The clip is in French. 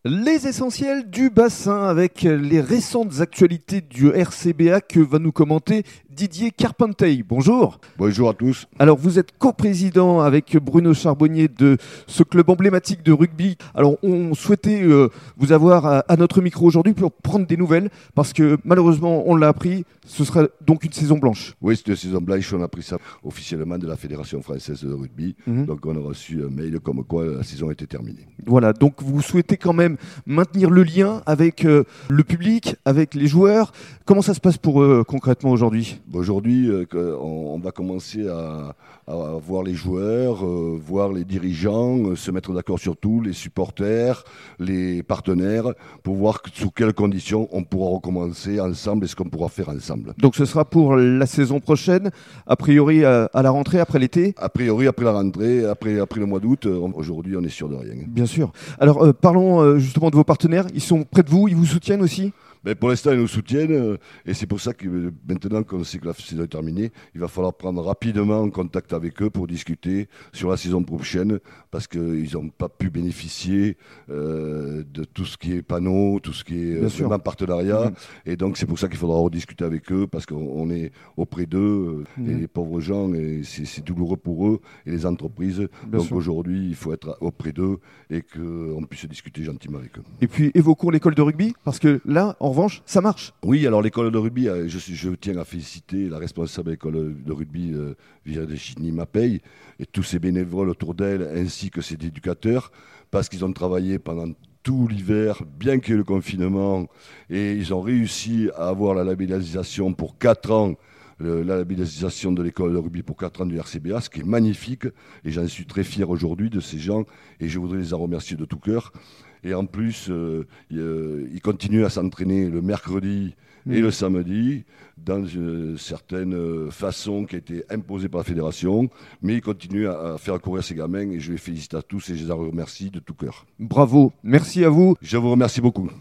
Les essentiels du bassin avec les récentes actualités du RCBA que va nous commenter Didier Carpentey. Bonjour. Bonjour à tous. Alors vous êtes coprésident avec Bruno Charbonnier de ce club emblématique de rugby. Alors on souhaitait vous avoir à notre micro aujourd'hui pour prendre des nouvelles parce que malheureusement on l'a appris, ce sera donc une saison blanche. Oui, c'est une saison blanche, on a pris ça officiellement de la Fédération française de rugby. Donc on a reçu un mail comme quoi la saison était terminée. Voilà, donc vous souhaitez quand même maintenir le lien avec le public, avec les joueurs. Comment ça se passe pour eux concrètement aujourd'hui ? Aujourd'hui, on va commencer à voir les joueurs, voir les dirigeants, se mettre d'accord sur tout, les supporters, les partenaires, pour voir sous quelles conditions on pourra recommencer ensemble et ce qu'on pourra faire ensemble. Donc ce sera pour la saison prochaine, a priori à la rentrée, après l'été ? A priori, après la rentrée, après le mois d'août, aujourd'hui on est sûr de rien. Bien sûr. Alors parlons justement de vos partenaires, ils sont près de vous, ils vous soutiennent aussi ? Ben pour l'instant, ils nous soutiennent et c'est pour ça que maintenant qu'on sait que la saison est terminée, il va falloir prendre rapidement contact avec eux pour discuter sur la saison prochaine parce qu'ils n'ont pas pu bénéficier de tout ce qui est panneaux, tout ce qui est vraiment partenariat. Et donc, c'est pour ça qu'il faudra rediscuter avec eux parce qu'on est auprès d'eux et les pauvres gens, et c'est douloureux pour eux et les entreprises. Donc aujourd'hui, il faut être auprès d'eux et qu'on puisse discuter gentiment avec eux. Et puis évoquons l'école de rugby parce que là, en revanche, ça marche. Oui, alors l'école de rugby, je tiens à féliciter la responsable de l'école de rugby, Virginie Mapei, et tous ses bénévoles autour d'elle, ainsi que ses éducateurs, parce qu'ils ont travaillé pendant tout l'hiver, bien qu'il y ait le confinement, et ils ont réussi à avoir la labellisation pour 4 ans, la labellisation de l'école de rugby pour 4 ans du RCBA, ce qui est magnifique, et j'en suis très fier aujourd'hui de ces gens, et je voudrais les en remercier de tout cœur. Et en plus, ils continuent à s'entraîner le mercredi et le samedi dans une certaine façon qui a été imposée par la fédération. Mais ils continuent à faire courir ces gamins et je les félicite à tous et je les en remercie de tout cœur. Bravo, merci à vous. Je vous remercie beaucoup.